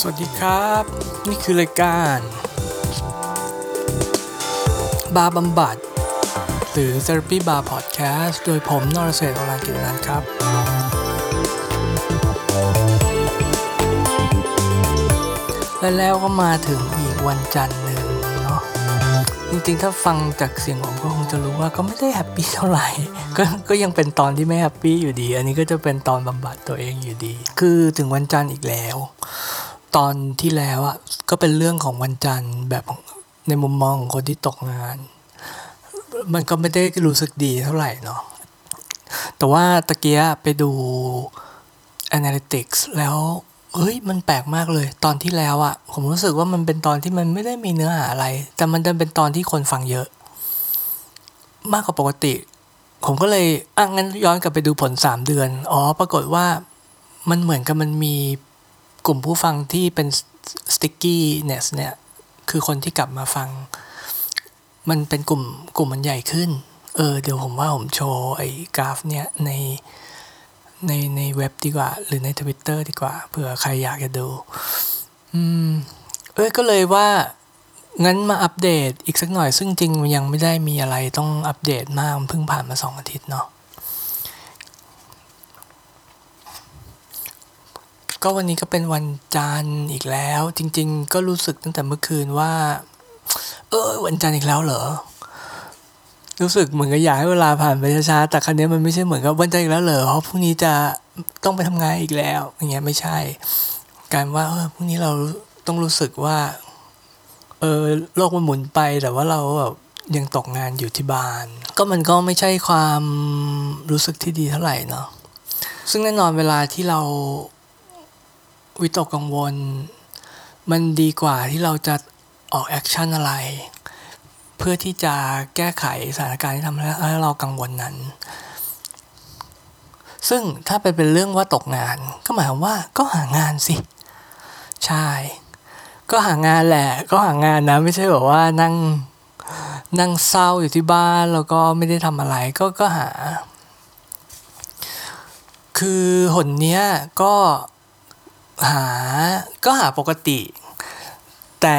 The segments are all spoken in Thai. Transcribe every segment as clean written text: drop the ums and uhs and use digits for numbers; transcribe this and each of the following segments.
สวัสดีครับนี่คือรายการบาร์บำบัดหรือ Therapy Bar Podcast โดยผมนรเศรษฐ์ อรกิจนันท์ครับและแล้วก็มาถึงอีกวันจันทร์หนึ่งเนาะจริงๆถ้าฟังจากเสียงผมก็คงจะรู้ว่าก็ไม่ได้แฮปปี้เท่าไหร่ก็ยังเป็นตอนที่ไม่แฮปปี้อยู่ดีอันนี้ก็จะเป็นตอนบำบัดตัวเองอยู่ดีคือถึงวันจันทร์อีกแล้วตอนที่แล้วอ่ะก็เป็นเรื่องของวันจันทร์แบบในมุมมองของคนที่ตกงานมันก็ไม่ได้รู้สึกดีเท่าไหร่เนาะแต่ว่าตะเกียไปดู Analytics แล้วมันแปลกมากเลยตอนที่แล้วอ่ะผมรู้สึกว่ามันเป็นตอนที่มันไม่ได้มีเนื้อหาอะไรแต่มันดันเป็นตอนที่คนฟังเยอะมากกว่าปกติผมก็เลยงั้นย้อนกลับไปดูผล3เดือนปรากฏว่ามันเหมือนกับมันมีกลุ่มผู้ฟังที่เป็น stickiness เนี่ยคือคนที่กลับมาฟังมันเป็นกลุ่มมันใหญ่ขึ้นเดี๋ยวผมว่าผมโชว์ไอ้กราฟเนี่ยในเว็บดีกว่าหรือใน Twitter ดีกว่าเผื่อใครอยากจะดูก็เลยว่างั้นมาอัปเดตอีกสักหน่อยซึ่งจริงมันยังไม่ได้มีอะไรต้องอัปเดตมากมันเพิ่งผ่านมา2อาทิตย์เนาะก็วันนี้ก็เป็นวันจันทร์อีกแล้วจริงๆก็รู้สึกตั้งแต่เมื่อคืนว่าวันจันทร์อีกแล้วเหรอรู้สึกเหมือนกับอยากให้เวลาผ่านไปช้าๆแต่ครั้งนี้มันไม่ใช่เหมือนกับวันจันทร์อีกแล้วเหรอเพราะพรุ่งนี้จะต้องไปทำงานอีกแล้วอย่างเงี้ยไม่ใช่การว่าพรุ่งนี้เราต้องรู้สึกว่าโลกมันหมุนไปแต่ว่าเราแบบยังตกงานอยู่ที่บ้านก็มันก็ไม่ใช่ความรู้สึกที่ดีเท่าไหร่เนาะซึ่งแน่นอนเวลาที่เราวิตกกังวลมันดีกว่าที่เราจะออกแอคชั่นอะไรเพื่อที่จะแก้ไขสถานการณ์ที่ทำให้เรากังวลนั้นซึ่งถ้าเป็นเรื่องว่าตกงานก็หมายความว่าก็หางานสิใช่ก็หางานแหละก็หางานนะไม่ใช่แบบว่านั่งเศร้าอยู่ที่บ้านแล้วก็ไม่ได้ทำอะไรก็หาคือหนเนี้ยก็หาปกติแต่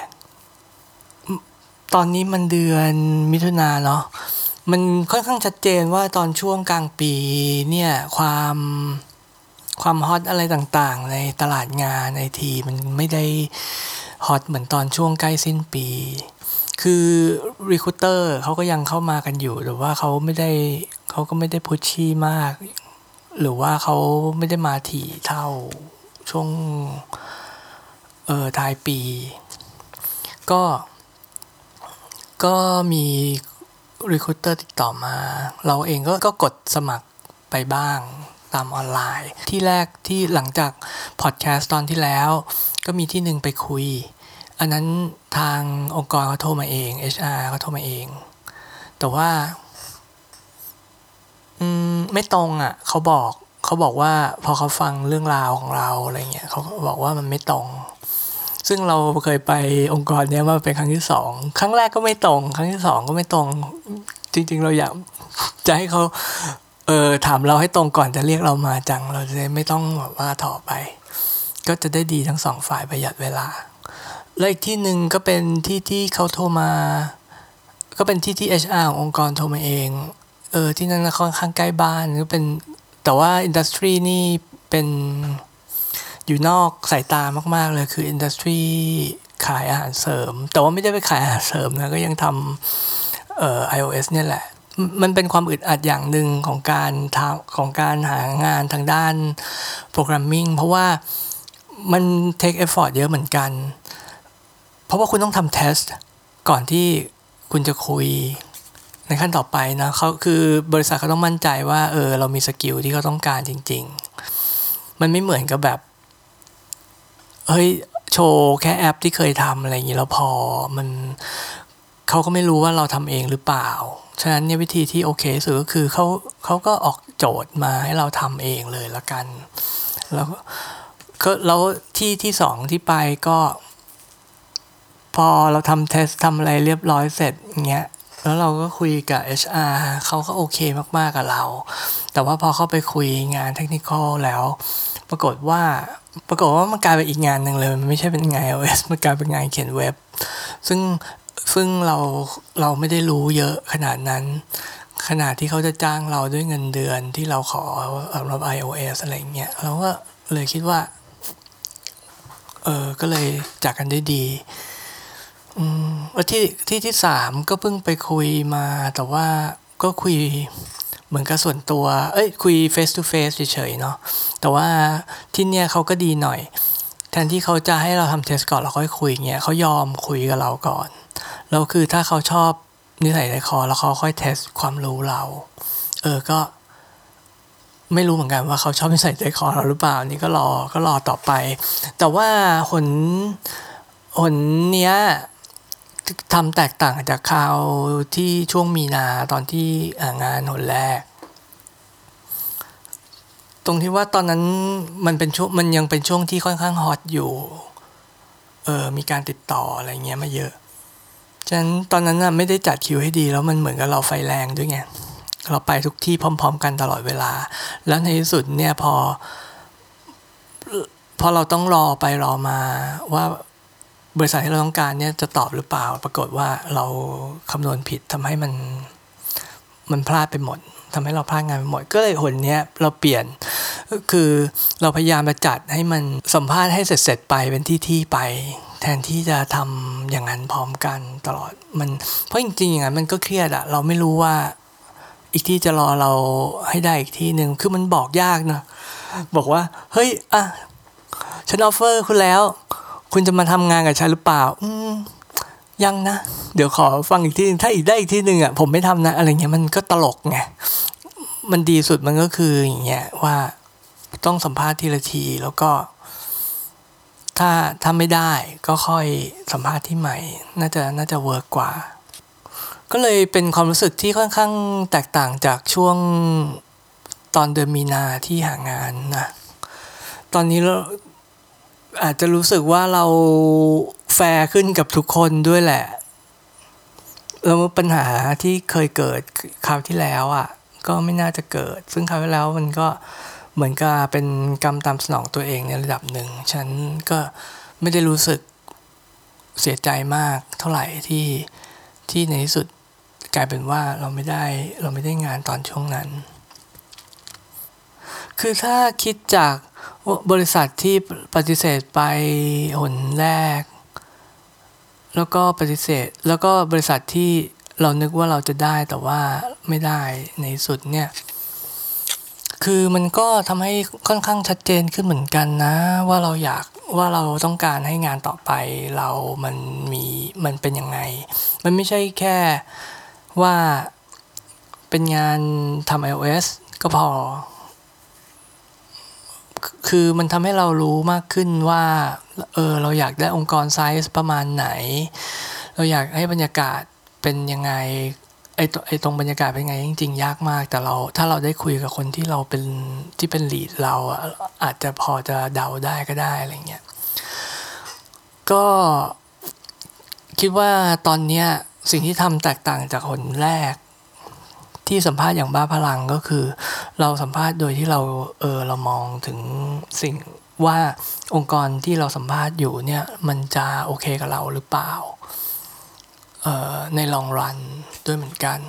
ตอนนี้มันเดือนมิถุนาเนาะมันค่อนข้างชัดเจนว่าตอนช่วงกลางปีเนี่ยความฮอตอะไรต่างๆในตลาดงานไอทีมันไม่ได้ฮอตเหมือนตอนช่วงใกล้สิ้นปีคือ recruiter เขาก็ยังเข้ามากันอยู่หรือว่าเขาก็ไม่ได้พุชชี่มากหรือว่าเขาไม่ได้มาถี่เท่าช่วงท้ายปีก็มี recruiter ติดต่อมาเราเองก็กดสมัครไปบ้างตามออนไลน์ที่แรกที่หลังจากพอดแคสต์ตอนที่แล้วก็มีที่หนึ่งไปคุยอันนั้นทางองค์กรเขาโทรมาเอง HR เขาโทรมาเองแต่ว่าไม่ตรงอ่ะเขาบอกว่าพอเขาฟังเรื่องราวของเราอะไรเงี้ยเขาบอกว่ามันไม่ตรงซึ่งเราเคยไปองค์กรเนี้ยมาเป็นครั้งที่2ครั้งแรกก็ไม่ตรงครั้งที่2ก็ไม่ตรงจริงๆเราอยากจะให้เขาถามเราให้ตรงก่อนจะเรียกเรามาจังเราจะไม่ต้องแบบว่าถอไปก็จะได้ดีทั้ง2ฝ่ายประหยัดเวลาแล้วอีกที่นึงก็เป็นที่เขาโทรมาก็เป็นที่ HR ขององค์กรโทรมาเองที่นั่นค่อนข้างใกล้บ้านก็เป็นแต่ว่าอินดัสทรีนี่เป็นอยู่นอกสายตามากๆเลยคืออินดัสทรีขายอาหารเสริมแต่ว่าไม่ได้ไปขายอาหารเสริมนะก็ยังทำiOS เนี่ยแหละมันเป็นความอึดอัดอย่างหนึ่งของการหางานทางด้านโปรแกรมมิ่งเพราะว่ามัน take effort เยอะเหมือนกันเพราะว่าคุณต้องทำ test ก่อนที่คุณจะคุยในขั้นต่อไปนะเขาคือบริษัทเขาต้องมั่นใจว่าเรามีสกิลที่เขาต้องการจริงๆมันไม่เหมือนกับแบบโชว์แค่แอปที่เคยทำอะไรอย่างนี้แล้วพอมันเขาก็ไม่รู้ว่าเราทำเองหรือเปล่าฉะนั้นเนี่ยวิธีที่โอเคสุดก็คือเขาก็ออกโจทย์มาให้เราทำเองเลยละกันแล้วที่2ที่ไปก็พอเราทำเทสทำอะไรเรียบร้อยเสร็จอย่างเงี้ยแล้วเราก็คุยกับ HR เขาก็โอเคมากๆกับเราแต่ว่าพอเข้าไปคุยงานเทคนิคอลแล้วปรากฏว่ามันกลายเป็นอีกงานหนึ่งเลยมันไม่ใช่เป็นงาน iOS มันกลายเป็นงานเขียนเว็บซึ่งเราไม่ได้รู้เยอะขนาดนั้นขนาดที่เขาจะจ้างเราด้วยเงินเดือนที่เราขอสำหรับ iOS อะไรเงี้ยเราก็เลยคิดว่าก็เลยจากกันได้ดีแล้วที่สามก็เพิ่งไปคุยมาแต่ว่าก็คุยเหมือนกับส่วนตัวคุย face to face เฉยๆเนาะแต่ว่าที่เนี่ยเขาก็ดีหน่อยแทนที่เขาจะให้เราทำเทสก่อนแล้วค่อยคุยเงี้ยเขายอมคุยกับเราก่อนแล้วคือถ้าเขาชอบนิสัยใจคอแล้วเขาค่อยเทสความรู้เราก็ไม่รู้เหมือนกันว่าเขาชอบนิสัยใจคอเราหรือเปล่านี่ก็รอต่อไปแต่ว่าหนเนี้ยทำแตกต่างจากคราวที่ช่วงมีนาตอนที่งานหนแรกตรงที่ว่าตอนนั้นมันยังเป็นช่วงที่ค่อนข้างฮอตอยู่มีการติดต่ออะไรเงี้ยมาเยอะฉะนั้นตอนนั้นน่ะไม่ได้จัดคิวให้ดีแล้วมันเหมือนกับเราไฟแรงด้วยไงเราไปทุกที่พร้อมๆกันตลอดเวลาแล้วในที่สุดเนี่ยพอเราต้องรอไปรอมาว่าบริษัทที่เราต้องการเนี่ยจะตอบหรือเปล่าปรากฏว่าเราคำนวณผิดทำให้มันพลาดไปหมดทำให้เราพลาดงานไปหมดก็เลยหนเนี้ยเราเปลี่ยนคือเราพยายามจะจัดให้มันสัมภาษณ์ให้เสร็จไปเป็นที่ไปแทนที่จะทำอย่างนั้นพร้อมกันตลอดมันเพราะจริงๆอย่างนั้นมันก็เครียดอะเราไม่รู้ว่าอีกที่จะรอเราให้ได้อีกที่หนึ่งคือมันบอกยากนะบอกว่าเฮ้ยฉันออฟเฟอร์คุณแล้วคุณจะมาทำงานกับฉันหรือเปล่ายังนะเดี๋ยวขอฟังอีกทีนึงถ้าอีกได้อีกทีนึงผมไม่ทำนะอะไรเงี้ยมันก็ตลกไงมันดีสุดมันก็คืออย่างเงี้ยว่าต้องสัมภาษณ์ทีละทีแล้วก็ถ้าไม่ได้ก็ค่อยสัมภาษณ์ที่ใหม่น่าจะเวิร์กกว่าก็เลยเป็นความรู้สึกที่ค่อนข้างแตกต่างจากช่วงตอนเดือนมีนาที่หางานนะตอนนี้เราอาจจะรู้สึกว่าเราแฟร์ขึ้นกับทุกคนด้วยแหละแล้วปัญหาที่เคยเกิดคราวที่แล้วก็ไม่น่าจะเกิดซึ่งคราวที่แล้วมันก็เหมือนกับเป็นกรรมตามสนองตัวเองในระดับหนึ่งฉันก็ไม่ได้รู้สึกเสียใจมากเท่าไหร่ที่ในที่สุดกลายเป็นว่าเราไม่ได้งานตอนช่วงนั้นคือถ้าคิดจากบริษัทที่ปฏิเสธไปหนแรกแล้วก็ปฏิเสธแล้วก็บริษัทที่เรานึกว่าเราจะได้แต่ว่าไม่ได้ในสุดเนี่ยคือมันก็ทำให้ค่อนข้างชัดเจนขึ้นเหมือนกันนะว่าเราต้องการให้งานต่อไปมันเป็นยังไงมันไม่ใช่แค่ว่าเป็นงานทำ iOS ก็พอคือมันทำให้เรารู้มากขึ้นว่าเราอยากได้องค์กรไซส์ประมาณไหนเราอยากให้บรรยากาศเป็นยังไงไอ้ตรงบรรยากาศเป็นไงจริงๆยากมากแต่ถ้าเราได้คุยกับคนที่เราเป็นลีดเราอาจจะพอจะเดาได้ก็ได้อะไรเงี้ยก็คิดว่าตอนเนี้ยสิ่งที่ทำแตกต่างจากคนแรกที่สัมภาษณ์อย่างบ้าพลังก็คือเราสัมภาษณ์โดยที่เรามองถึงสิ่งว่าองค์กรที่เราสัมภาษณ์อยู่เนี่ยมันจะโอเคกับเราหรือเปล่าในลองรันด้วยเหมือนกัน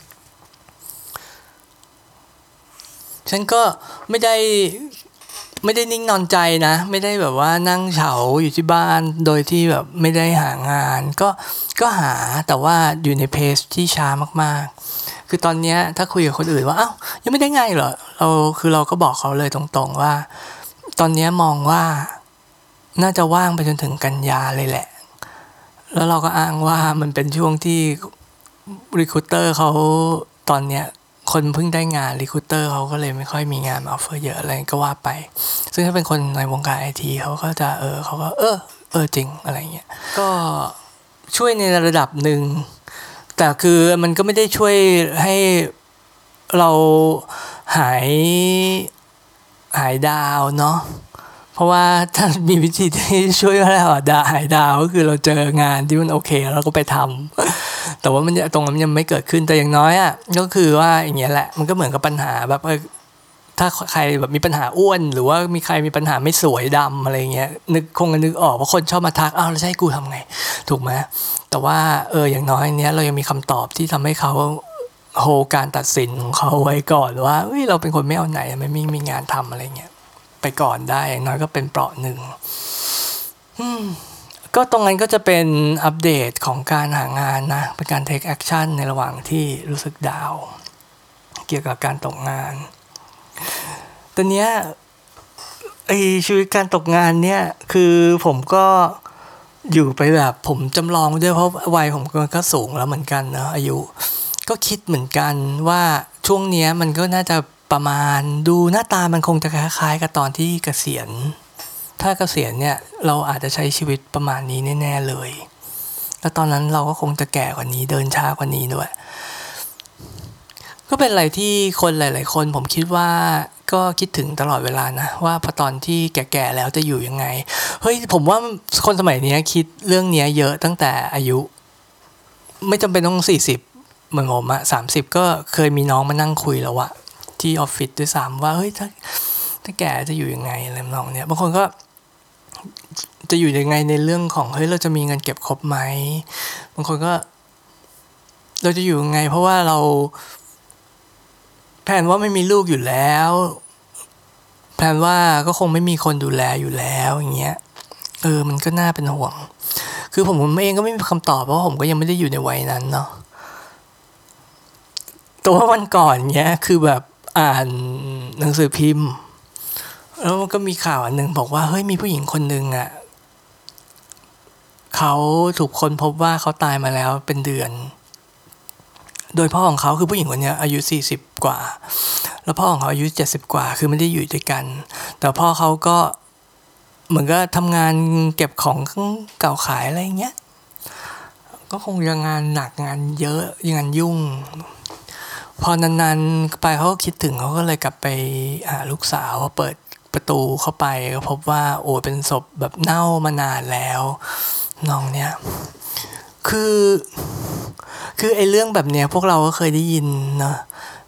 ฉันก็ไม่ได้นิ่งนอนใจนะไม่ได้แบบว่านั่งเฉาอยู่ที่บ้านโดยที่แบบไม่ได้หางานก็หาแต่ว่าอยู่ในเพจที่ช้ามากๆคือตอนนี้ถ้าคุยกับคนอื่นว่ายังไม่ได้ไงเหรอเราก็บอกเขาเลยตรงๆว่าตอนนี้มองว่าน่าจะว่างไปจนถึงกันยาเลยแหละแล้วเราก็อ้างว่ามันเป็นช่วงที่recruiterเขาตอนเนี้ยคนเพิ่งได้งานrecruiterเขาก็เลยไม่ค่อยมีงานมาออฟเฟอร์เยอะอะไรก็ว่าไปซึ่งถ้าเป็นคนในวงการ IT เขาก็จะเขาก็จริงอะไรเงี้ยก็ช่วยในระดับหนึ่งแต่คือมันก็ไม่ได้ช่วยให้เราหายดาวเนาะเพราะว่าถ้ามีวิธีที่ช่วยให้เราหายดาวก็คือเราเจองานที่มันโอเคแล้วก็ไปทำแต่ว่าตรงนั้นมันยังไม่เกิดขึ้นแต่อย่างน้อยก็คือว่าอย่างเงี้ยแหละมันก็เหมือนกับปัญหาแบบถ้าใครแบบมีปัญหาอ้วนหรือว่ามีใครมีปัญหาไม่สวยดำอะไรเงี้ยคงจะนึกออกว่าคนชอบมาทักแล้วจะให้กูทำไงถูกไหมแต่ว่าอย่างน้อยเนี้ยเรายังมีคำตอบที่ทำให้เขาโฮการตัดสินของเขาไว้ก่อนว่าเราเป็นคนไม่เอาไหนไม่มีงานทำอะไรเงี้ยไปก่อนได้อย่างน้อยก็เป็นเปราะหนึ่งก็ตรงนั้นก็จะเป็นอัปเดตของการหางานนะเป็นการ take action ในระหว่างที่รู้สึกดาวเกี่ยวกับการตกงานตอนเนี้ยชีวิตการตกงานเนี่ยคือผมก็อยู่ไปแบบผมจำลองด้วยเพราะวัยผมก็สูงแล้วเหมือนกันนะอายุก็คิดเหมือนกันว่าช่วงเนี้ยมันก็น่าจะประมาณดูหน้าตามันคงจะคล้ายๆกับตอนที่เกษียณถ้าเกษียณเนี่ยเราอาจจะใช้ชีวิตประมาณนี้แน่ๆเลยแล้วตอนนั้นเราก็คงจะแก่กว่านี้เดินช้ากว่านี้ด้วยก็เป็นอะไรที่คนหลายๆคนผมคิดว่าก็คิดถึงตลอดเวลานะว่าพอตอนที่แก่ๆแล้วจะอยู่ยังไงเฮ้ยผมว่าคนสมัยนี้คิดเรื่องนี้เยอะตั้งแต่อายุไม่จำเป็นต้อง40เหมือนผมอะ30ก็เคยมีน้องมานั่งคุยแล้วอะที่ออฟฟิศด้วยซ้ำว่าเฮ้ยถ้าแก่จะอยู่ยังไงอะไรน้องเนี่ยบางคนก็จะอยู่ยังไงในเรื่องของเฮ้ยเราจะมีเงินเก็บครบไหมบางคนก็เราจะอยู่ยังไงเพราะว่าเราแผนว่าไม่มีลูกอยู่แล้วแผนว่าก็คงไม่มีคนดูแลอยู่แล้วอย่างเงี้ยมันก็น่าเป็นห่วงคือผมเองก็ไม่มีคำตอบเพราะผมก็ยังไม่ได้อยู่ในวัยนั้นเนาะแต่ว่าวันก่อนเนี้ยคือแบบอ่านหนังสือพิมพ์แล้วมันก็มีข่าวอันนึงบอกว่าเฮ้ยมีผู้หญิงคนนึงอ่ะเขาถูกค้นพบว่าเขาตายมาแล้วเป็นเดือนโดยพ่อของเขาคือผู้หญิงคนนี้อายุ40กว่าแล้วพ่อของเขาอายุ70กว่าคือไม่ได้อยู่ด้วยกันแต่พ่อเขาก็เหมือนก็ทำงานเก็บของเก่าขายอะไรเงี้ยก็คงยังงานหนักงานเยอะงานยุ่งพอนานๆไปเขาก็คิดถึงเขาก็เลยกลับไปหาลูกสาวเปิดประตูเข้าไปก็พบว่าโอ้เป็นศพแบบเน่ามานานแล้วน้องเนี่ยคือไอ้เรื่องแบบเนี้ยพวกเราก็เคยได้ยินเนาะ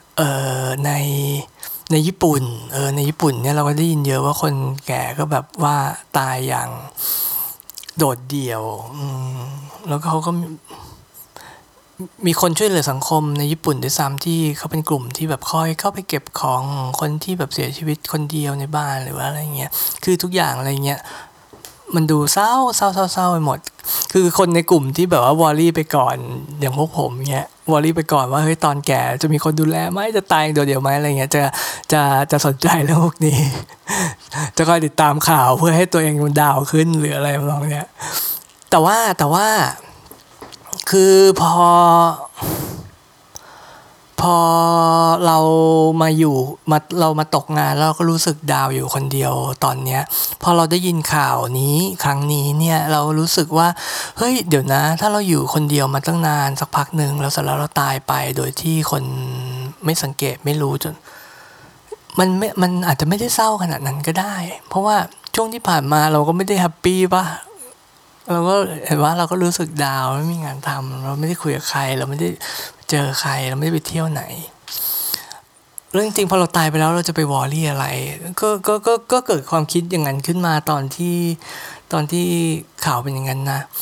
ในญี่ปุ่นในญี่ปุ่นเนี่ยเราก็ได้ยินเยอะว่าคนแก่ก็แบบว่าตายอย่างโดดเดี่ยวแล้วเขาก็มีคนช่วยเหลือสังคมในญี่ปุ่นด้วยซ้ำที่เขาเป็นกลุ่มที่แบบคอยเข้าไปเก็บของคนที่แบบเสียชีวิตคนเดียวในบ้านหรือว่าอะไรเงี้ยคือทุกอย่างอะไรเงี้ยมันดูเศร้าไปหมดคือคนในกลุ่มที่แบบว่าวอรี่ไปก่อนอย่างพวกผมเงี้ยวอรี่ไปก่อนว่าเฮ้ยตอนแก่จะมีคนดูแลไหมจะตายเดียวไหมอะไรเงี้ยจะสนใจเรื่องพวกนี้จะคอยติดตามข่าวเพื่อให้ตัวเองมันดาวขึ้นหรืออะไรประมาณเนี้ยแต่ว่าคือพอเราเรามาตกงานแล้วเราก็รู้สึกดาวอยู่คนเดียวตอนเนี้ยพอเราได้ยินข่าวนี้ครั้งนี้เนี่ยเรารู้สึกว่าเฮ้ยเดี๋ยวนะถ้าเราอยู่คนเดียวมาตั้งนานสักพักหนึ่งแล้วเสร็จแล้วเราตายไปโดยที่คนไม่สังเกตไม่รู้จนมันอาจจะไม่ได้เศร้าขนาดนั้นก็ได้เพราะว่าช่วงที่ผ่านมาเราก็ไม่ได้แฮปปี้ป่ะเราก็เห็นว่าเราก็รู้สึกดาวไม่มีงานทำเราไม่ได้คุยกับใครเราไม่ได้เจอใครเราไม่ได้ไปเที่ยวไหนเรื่องจริงพอเราตายไปแล้วเราจะไปวอรี่อะไรก็เกิดความคิดอย่างนั้นขึ้นมาตอนที่ข่าวเป็นอย่างนั้นนะ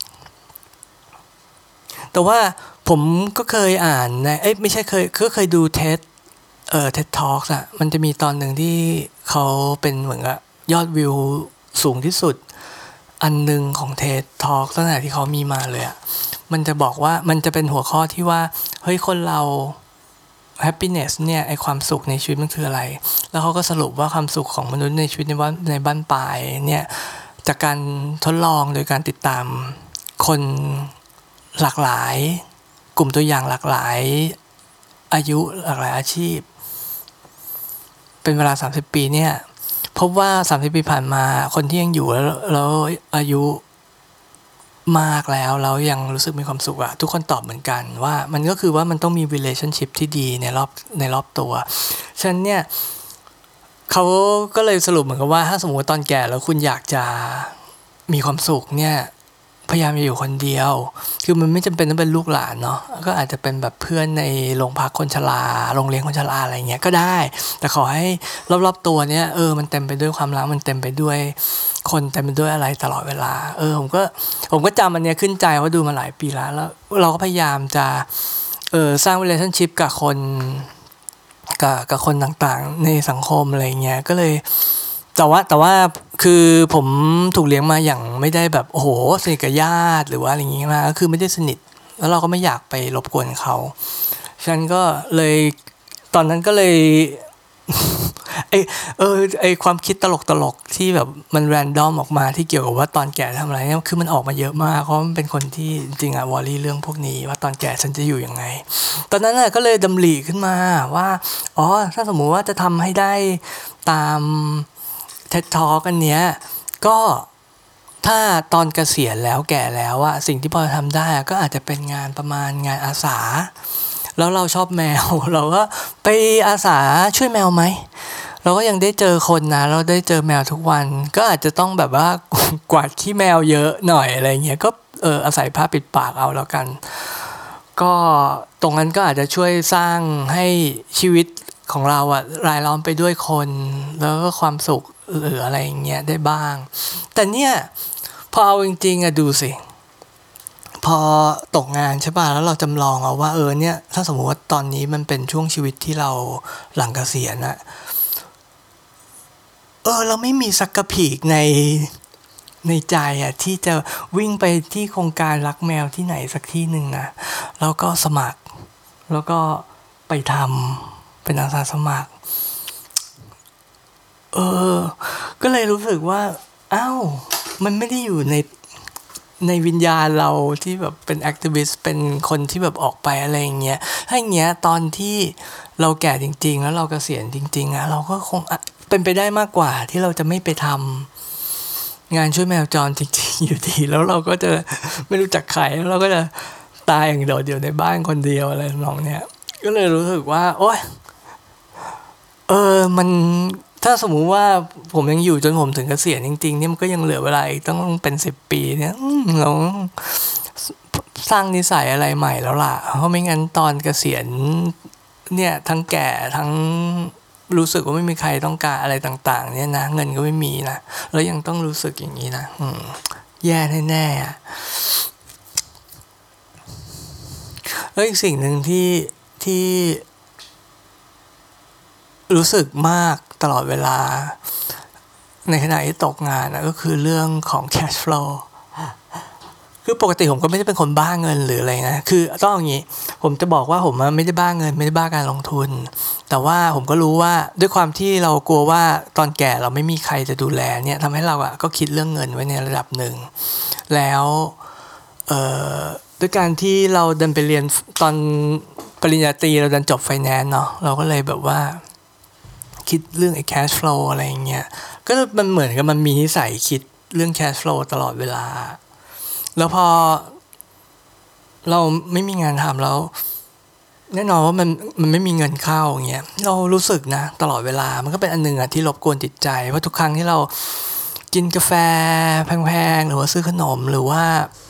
แต่ว่าผมก็เคยอ่านนะไม่ใช่เคยดูTED Talk อะมันจะมีตอนหนึ่งที่เขาเป็นเหมือนกับยอดวิวสูงที่สุดอันนึงของTED Talk ตั้งแต่ที่เขามีมาเลยอะมันจะบอกว่ามันจะเป็นหัวข้อที่ว่าเฮ้ยคนเรา happiness เนี่ยไอความสุขในชีวิตมันคืออะไรแล้วเขาก็สรุปว่าความสุขของมนุษย์ในชีวิตในบ้านปลายเนี่ยจากการทดลองโดยการติดตามคนหลากหลายกลุ่มตัวอย่างหลากหลายอายุหลากหลายอาชีพเป็นเวลา30ปีเนี่ยพบว่า30ปีผ่านมาคนที่ยังอยู่แล้วอายุมากแล้วยังรู้สึกมีความสุขอะทุกคนตอบเหมือนกันว่ามันก็คือว่ามันต้องมี relationship ที่ดีในรอบตัวฉะนั้นเนี่ยเขาก็เลยสรุปเหมือนกับว่าถ้าสมมติตอนแก่แล้วคุณอยากจะมีความสุขเนี่ยพยายามจะอยู่คนเดียวคือมันไม่จำเป็นต้องเป็นลูกหลานเนาะก็อาจจะเป็นแบบเพื่อนในโรงพักคนชราโรงเรียนคนชราอะไรเงี้ยก็ได้แต่ขอให้รอบๆตัวเนี้ยมันเต็มไปด้วยความรักมันเต็มไปด้วยคนเต็มไปด้วยอะไรตลอดเวลาผมก็จำอันเนี้ยขึ้นใจว่าดูมาหลายปีแล้วเราก็พยายามจะสร้าง relationship กับคนกับคนต่างๆในสังคมอะไรเงี้ยก็เลยแต่ว่าคือผมถูกเลี้ยงมาอย่างไม่ได้แบบโอ้โหสนิทกับญาติหรือว่าอะไรอย่างงี้มาก็คือไม่ได้สนิทแล้วเราก็ไม่อยากไปรบกวนเขาฉันก็เลยตอนนั้นก็เลย ไอความคิดตลกที่แบบมันแรนดอมออกมาที่เกี่ยวกับว่าตอนแก่ทำอะไรเนี่ยคือมันออกมาเยอะมากเพราะมันเป็นคนที่จริงอะวอรี่เรื่องพวกนี้ว่าตอนแก่ฉันจะอยู่ยังไงตอนนั้นน่ะก็เลยดำริขึ้นมาว่าถ้าสมมุติว่าจะทำให้ได้ตามTED Talk อันเนี้ยก็ถ้าตอนเกษียณแล้วแก่แล้วอะสิ่งที่พอทำได้ก็อาจจะเป็นงานประมาณงานอาสาแล้วเราชอบแมวเราก็ไปอาสาช่วยแมวไหมเราก็ยังได้เจอคนนะเราได้เจอแมวทุกวันก็อาจจะต้องแบบว่ากวาดขี้แมวเยอะหน่อยอะไรเงี้ยก็อาศัยผ้าปิดปากเอาแล้วกันก็ตรงนั้นก็อาจจะช่วยสร้างให้ชีวิตของเราอะรายล้อมไปด้วยคนแล้วก็ความสุขหรืออะไรอย่างเงี้ยได้บ้างแต่เนี่ยพอเอาจริงๆอะดูสิพอตกงานใช่ป่ะแล้วเราจำลองเอาว่าเนี่ยถ้าสมมติว่าตอนนี้มันเป็นช่วงชีวิตที่เราหลังเกษียณอะเราไม่มีสักกระผีกในใจอะที่จะวิ่งไปที่โครงการรักแมวที่ไหนสักที่หนึ่งนะแล้วก็สมัครแล้วก็ไปทำเป็นอาสาสมัครก็เลยรู้สึกว่ามันไม่ได้อยู่ในวิญญาณเราที่แบบเป็นแอคทิวิสต์เป็นคนที่แบบออกไปอะไรอย่างเงี้ยถ้าอย่างเงี้ยตอนที่เราแก่จริงๆแล้วเราเกษียณจริงๆอะเราก็คงเป็นไปได้มากกว่าที่เราจะไม่ไปทำงานช่วยแมวจรจริงๆอยู่ดีแล้วเราก็จะไม่รู้จักใครแล้วเราก็จะตายอย่างโดดเดี่ยวในบ้านคนเดียวอะไรน้องเนี้ยก็เลยรู้สึกว่าโอ๊ยมันถ้าสมมุติว่าผมยังอยู่จนผมถึงเกษียณจริงๆเนี่ยมันก็ยังเหลือเวลาอีกต้องเป็น10 ปีเนี่ยเราสร้างนิสัยอะไรใหม่แล้วล่ะเพราะไม่งั้นตอนเกษียณเนี่ยทั้งแก่ทั้งรู้สึกว่าไม่มีใครต้องการอะไรต่างๆเนี่ยนะเงินก็ไม่มีนะแล้วยังต้องรู้สึกอย่างนี้นะแย่แน่ๆแล้วอีกสิ่งหนึ่งที่รู้สึกมากตลอดเวลาในขณะที่ตกงานนะก็คือเรื่องของ cash flow คือปกติผมก็ไม่ได้เป็นคนบ้าเงินหรืออะไรนะคือต้องอย่างนี้ผมจะบอกว่าผมไม่ได้บ้าเงินไม่ได้บ้าการลงทุนแต่ว่าผมก็รู้ว่าด้วยความที่เรากลัวว่าตอนแก่เราไม่มีใครจะดูแลเนี่ยทำให้เราก็คิดเรื่องเงินไว้ในระดับหนึ่งแล้วด้วยการที่เราเดินไปเรียนตอนปริญญาตรีเราเดินจบไฟแนนซ์เนาะเราก็เลยแบบว่าคิดเรื่องcash flow อะไรอย่างเงี้ยก็มันเหมือนกับมันมีนิสัยคิดเรื่อง cash flow ตลอดเวลาแล้วพอเราไม่มีงานทำแล้วแน่นอนว่ามันไม่มีเงินเข้าอย่างเงี้ยเรารู้สึกนะตลอดเวลามันก็เป็นอันนึงที่รบกวนจิตใจเพราะทุกครั้งที่เรากินกาแฟแพงๆหรือว่าซื้อขนมหรือว่า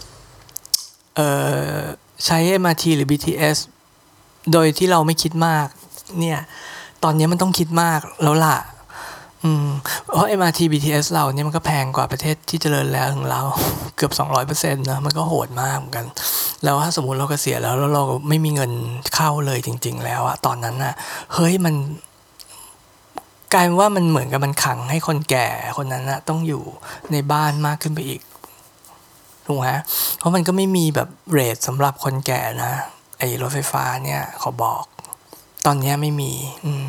ใช้ MRT หรือ BTS โดยที่เราไม่คิดมากเนี่ยตอนนี้มันต้องคิดมากแล้วล่ะเพราะ MRT BTS เราเนี่ยมันก็แพงกว่าประเทศที่เจริญแล้วของเราเกือบ 200% นะมันก็โหดมากเหมือนกันแล้วถ้าสมมุติเราเกษียณแล้วเราไม่มีเงินเข้าเลยจริงๆแล้วอะตอนนั้นน่ะเฮ้ยมันกลายเป็นว่ามันเหมือนกับมันขังให้คนแก่คนนั้นน่ะต้องอยู่ในบ้านมากขึ้นไปอีกถูกไหมเพราะมันก็ไม่มีแบบเรทสำหรับคนแก่นะไอ้รถไฟฟ้าเนี่ยขอบอกตอนนี้ไม่มี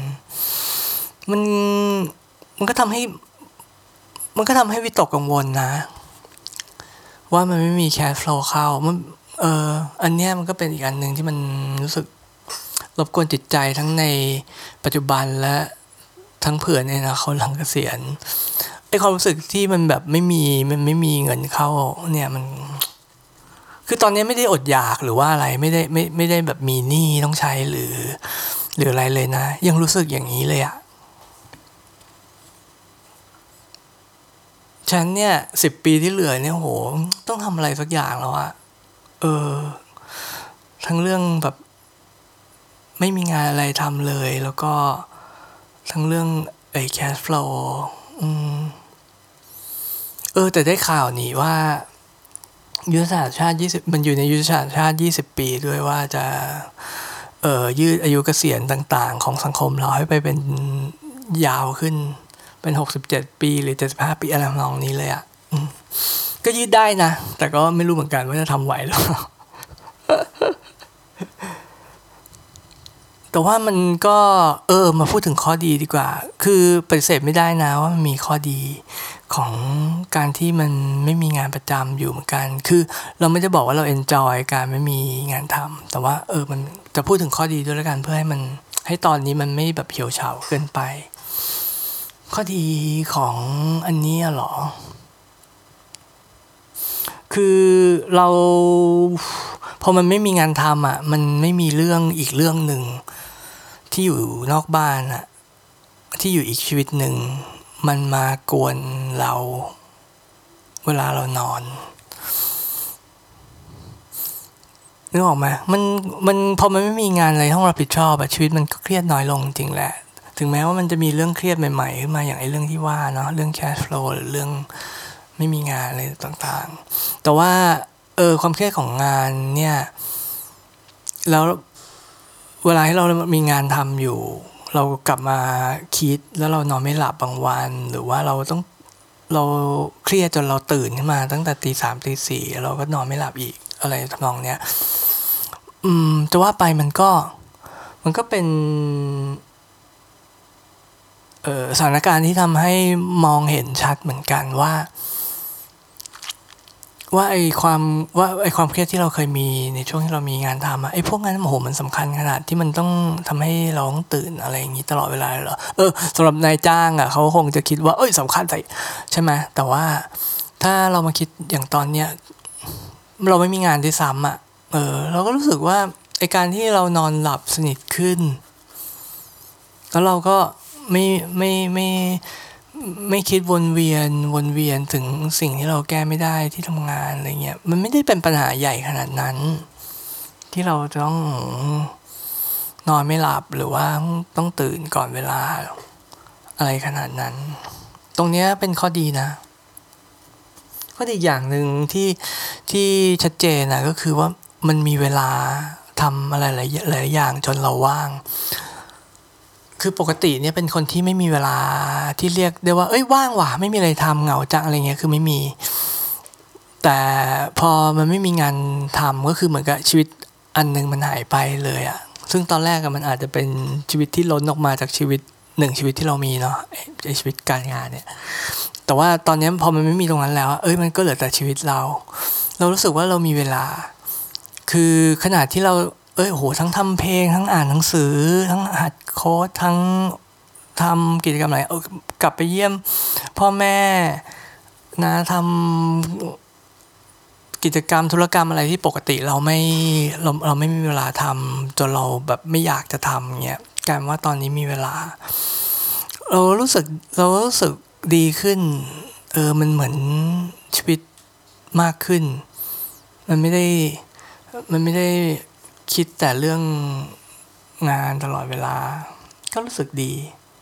มันก็ทำให้วิตกกังวลนะว่ามันไม่มีแคชโฟลว์เข้าอันเนี้ยมันก็เป็นอีกอันนึงที่มันรู้สึกรบกวนจิตใจทั้งในปัจจุบันและทั้งเผื่อในอนาคตหลังเกษียณไอ้ความรู้สึกที่มันแบบมันไม่มีเงินเข้าเนี่ยมันคือตอนนี้ไม่ได้อดอยากหรือว่าอะไรไม่ได้แบบมีหนี้ต้องใช้หรืออะไรเลยนะยังรู้สึกอย่างนี้เลยอะฉันเนี่ย10 ปีที่เหลือเนี่ยโหต้องทำอะไรสักอย่างแล้วอะทั้งเรื่องแบบไม่มีงานอะไรทำเลยแล้วก็ทั้งเรื่องcash flow แต่ได้ข่าวนี่ว่ายุทธศาสตร์ชาติ20มันอยู่ในยุทธศาสตร์ชาติ20 ปีด้วยว่าจะยืดอายุเกษียณต่างๆของสังคมเราให้ไปเป็นยาวขึ้นเป็น67 ปีหรือ75 ปีอะไรทำนองนี้เลยอ่ะก็ยืดได้นะแต่ก็ไม่รู้เหมือนกันว่าจะทำไหวหรือเปล่าแต่ว่ามันก็มาพูดถึงข้อดีดีกว่าคือปฏิเสธไม่ได้นะว่ามันมีข้อดีของการที่มันไม่มีงานประจำอยู่เหมือนกันคือเราไม่ได้บอกว่าเราเอนจอยการไม่มีงานทำแต่ว่ามันจะพูดถึงข้อดีด้วยแล้วกันเพื่อให้ตอนนี้มันไม่แบบเหี่ยวเฉาเกินไปข้อดีของอันนี้เหรอคือเราพอมันไม่มีงานทำอ่ะมันไม่มีเรื่องอีกเรื่องหนึ่งที่อยู่นอกบ้านอ่ะที่อยู่อีกชีวิตหนึ่งมันมากวนเราเวลาเรานอนนึกออกไหมมันพอมันไม่มีงานอะไรต้องรับผิดชอบอะชีวิตมันก็เครียดน้อยลงจริงแหละถึงแม้ว่ามันจะมีเรื่องเครียดใหม่ๆขึ้นมาอย่างเรื่องที่ว่าเนาะเรื่อง cash flow หรือเรื่องไม่มีงานอะไรต่างๆแต่ว่าความเครียดของงานเนี่ยแล้วเวลาที่เรามีงานทำอยู่เรากลับมาคิดแล้วเรานอนไม่หลับบางวันหรือว่าเราเครียดจนเราตื่นขึ้นมาตั้งแต่ตี 3 ตี 4เราก็นอนไม่หลับอีกอะไรทำนองเนี้ยจะว่าไปมันก็เป็นสถานการณ์ที่ทำให้มองเห็นชัดเหมือนกันว่าไอ้ความเครียดที่เราเคยมีในช่วงที่เรามีงานทำไอ้พวกนั้นโอ้โหมันสำคัญขนาดที่มันต้องทำให้เราต้องตื่นอะไรอย่างนี้ตลอดเวลาเหรอสำหรับนายจ้างอ่ะเขาคงจะคิดว่าสำคัญใช่ไหมแต่ว่าถ้าเรามาคิดอย่างตอนเนี้ยเราไม่มีงานที่ซ้ำอ่ะเราก็รู้สึกว่าไอ้การที่เรานอนหลับสนิทขึ้นแล้วเราก็ไม่คิดวนเวียนถึงสิ่งที่เราแก้ไม่ได้ที่ทำงานอะไรเงี้ยมันไม่ได้เป็นปัญหาใหญ่ขนาดนั้นที่เราจะต้องนอนไม่หลับหรือว่าต้องตื่นก่อนเวลาอะไรขนาดนั้นตรงเนี้ยเป็นข้อดีนะข้อดีอย่างหนึ่งที่ชัดเจนนะก็คือว่ามันมีเวลาทำอะไรหลายอย่างจนเราว่างคือปกติเนี่ยเป็นคนที่ไม่มีเวลาที่เรียกได้ว่าว่างว่ะไม่มีอะไรทำเหงาจังอะไรเงี้ยคือไม่มีแต่พอมันไม่มีงานทำก็คือเหมือนกับชีวิตอันนึงมันหายไปเลยอะซึ่งตอนแรกมันอาจจะเป็นชีวิตที่ล้นออกมาจากชีวิต1 ชีวิตที่เรามีเนาะชีวิตการงานเนี่ยแต่ว่าตอนนี้พอมันไม่มีตรงนั้นแล้วมันก็เหลือแต่ชีวิตเรารู้สึกว่าเรามีเวลาคือขนาดที่เราโหทั้งทำเพลงทั้งอ่านหนังสือทั้งหัดโค้ดทั้งทำกิจกรรมอะไรกลับไปเยี่ยมพ่อแม่นะทำกิจกรรมธุรกรรมอะไรที่ปกติเราไม่มีเวลาทำจนเราแบบไม่อยากจะทำเงี้ยกลายเป็นว่าตอนนี้มีเวลาเรารู้สึกดีขึ้นมันเหมือนชีวิตมากขึ้นมันไม่ได้คิดแต่เรื่องงานตลอดเวลาก็รู้สึกดี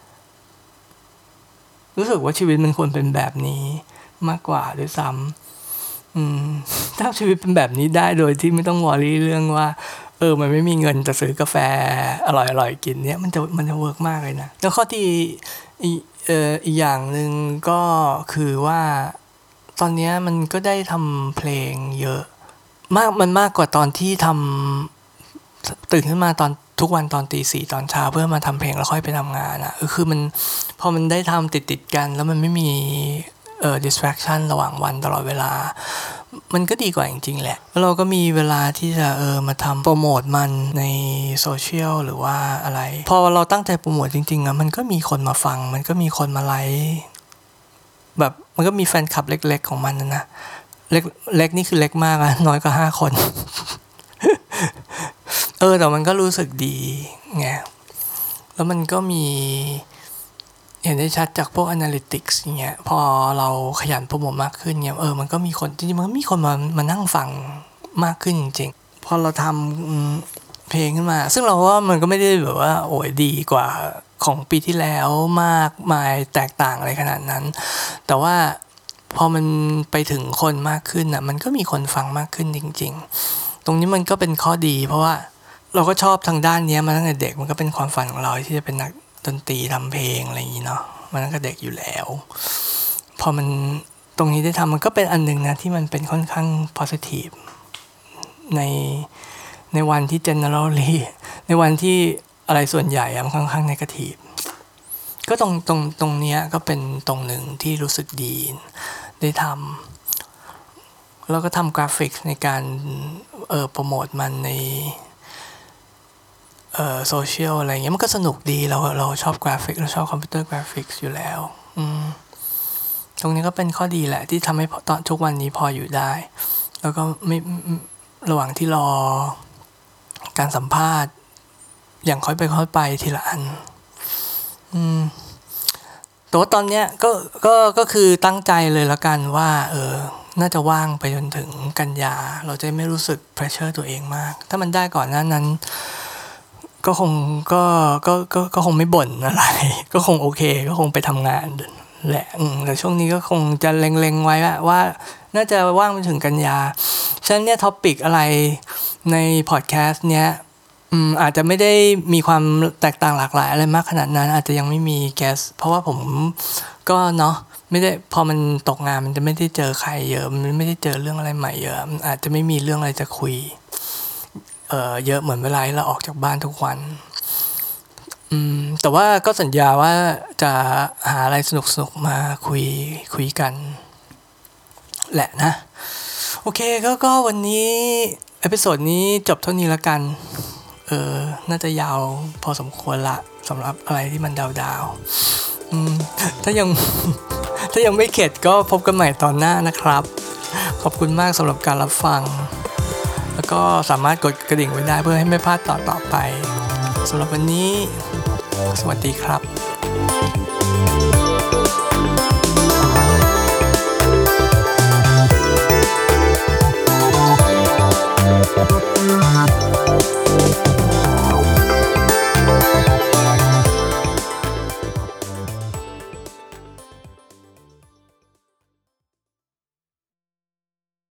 รู้สึกว่าชีวิตมันควรเป็นแบบนี้มากกว่าด้วยซ้ำถ้าชีวิตเป็นแบบนี้ได้โดยที่ไม่ต้องวอรี่เรื่องว่ามันไม่มีเงินจะซื้อกาแฟอร่อยๆกินเนี่ยมันจะเวิร์กมากเลยนะแล้วข้อที่อีกอย่างหนึ่งก็คือว่าตอนนี้มันก็ได้ทำเพลงเยอะมันมากกว่าตอนที่ทำตื่นขึ้นมาทุกวันตอนตี 4ตอนเช้าเพื่อมาทำเพลงแล้วค่อยไปทำงานอ่ะคือมันพอมันได้ทำติดกันแล้วมันไม่มีdistraction ระหว่างวันตลอดเวลามันก็ดีกว่าจริงๆแหละแล้วเราก็มีเวลาที่จะมาทำโปรโมทมันในโซเชียลหรือว่าอะไรพอเราตั้งใจโปรโมทจริงๆมันก็มีคนมาฟังมันก็มีคนมาไลค์แบบมันก็มีแฟนคลับเล็กๆของมันนะเล็กนี่คือเล็กมากอะน้อยกว่า5 คนแต่มันก็รู้สึกดีไงแล้วมันก็มีเห็นได้ชัดจากพวก analytics เงี้ยพอเราขยันโปรโมทมากขึ้นเงี้ยมันก็มีคนจริงๆมันก็มีคนมานั่งฟังมากขึ้นจริงๆพอเราทำเพลงขึ้นมาซึ่งเราว่ามันก็ไม่ได้แบบว่าโอ้ยดีกว่าของปีที่แล้วมากมายแตกต่างอะไรขนาดนั้นแต่ว่าพอมันไปถึงคนมากขึ้นอ่ะมันก็มีคนฟังมากขึ้นจริงๆตรงนี้มันก็เป็นข้อดีเพราะว่าเราก็ชอบทางด้านนี้มาตั้งแต่เด็กมันก็เป็นความฝันของเราที่จะเป็นนักดนตรีทำเพลงอะไรอย่างนี้เนาะมันตั้งแต่เด็กอยู่แล้วพอมันตรงนี้ได้ทำมันก็เป็นอันนึงนะที่มันเป็นค่อนข้าง positive ในวันที่ generally ในวันที่อะไรส่วนใหญ่มันค่อนข้าง negative ก็ตรงเนี้ยก็เป็นตรงหนึ่งที่รู้สึกดีได้ทำแล้วก็ทำกราฟิกในการโปรโมทมันในโซเชียลอะไรเงี้ยมันก็สนุกดีเราชอบกราฟิกเราชอบคอมพิวเตอร์กราฟิกอยู่แล้วตรงนี้ก็เป็นข้อดีแหละที่ทำให้ตอนทุกวันนี้พออยู่ได้แล้วก็ไม่ระหว่างที่รอการสัมภาษณ์อย่างค่อยไปทีละอันแต่ว่าตอนเนี้ยก็คือตั้งใจเลยละกันว่าน่าจะว่างไปจนถึงกันยาเราจะไม่รู้สึก pressure ตัวเองมากถ้ามันได้ก่อนหน้านั้นก็คงไม่บ่นอะไรก็คงโอเคก็คงไปทำงานแหละแต่ช่วงนี้ก็คงจะเล็งๆไว้ว่าน่าจะว่างไปถึงกันยาฉะนั้นเนี่ยท็อปิกอะไรในพอดแคสต์เนี้ยอาจจะไม่ได้มีความแตกต่างหลากหลายอะไรมากขนาดนั้นอาจจะยังไม่มีแกสเพราะว่าผมก็เนาะไม่ได้พอมันตกงานมันจะไม่ได้เจอใครเยอะมันไม่ได้เจอเรื่องอะไรใหม่เยอะมันอาจจะไม่มีเรื่องอะไรจะคุยเยอะเหมือนเวลาเราออกจากบ้านทุกวันแต่ว่าก็สัญญาว่าจะหาอะไรสนุกมาคุยกันแหละนะโอเคก็วันนี้เอพิโซดนี้จบเท่านี้ละกันน่าจะยาวพอสมควรละสำหรับอะไรที่มันดาวถ้ายังไม่เข็ดก็พบกันใหม่ตอนหน้านะครับขอบคุณมากสำหรับการรับฟังแล้วก็สามารถกดกระดิ่งไว้ได้เพื่อให้ไม่พลาดต่อไปสำหรับวันนี้สวัสดีครับ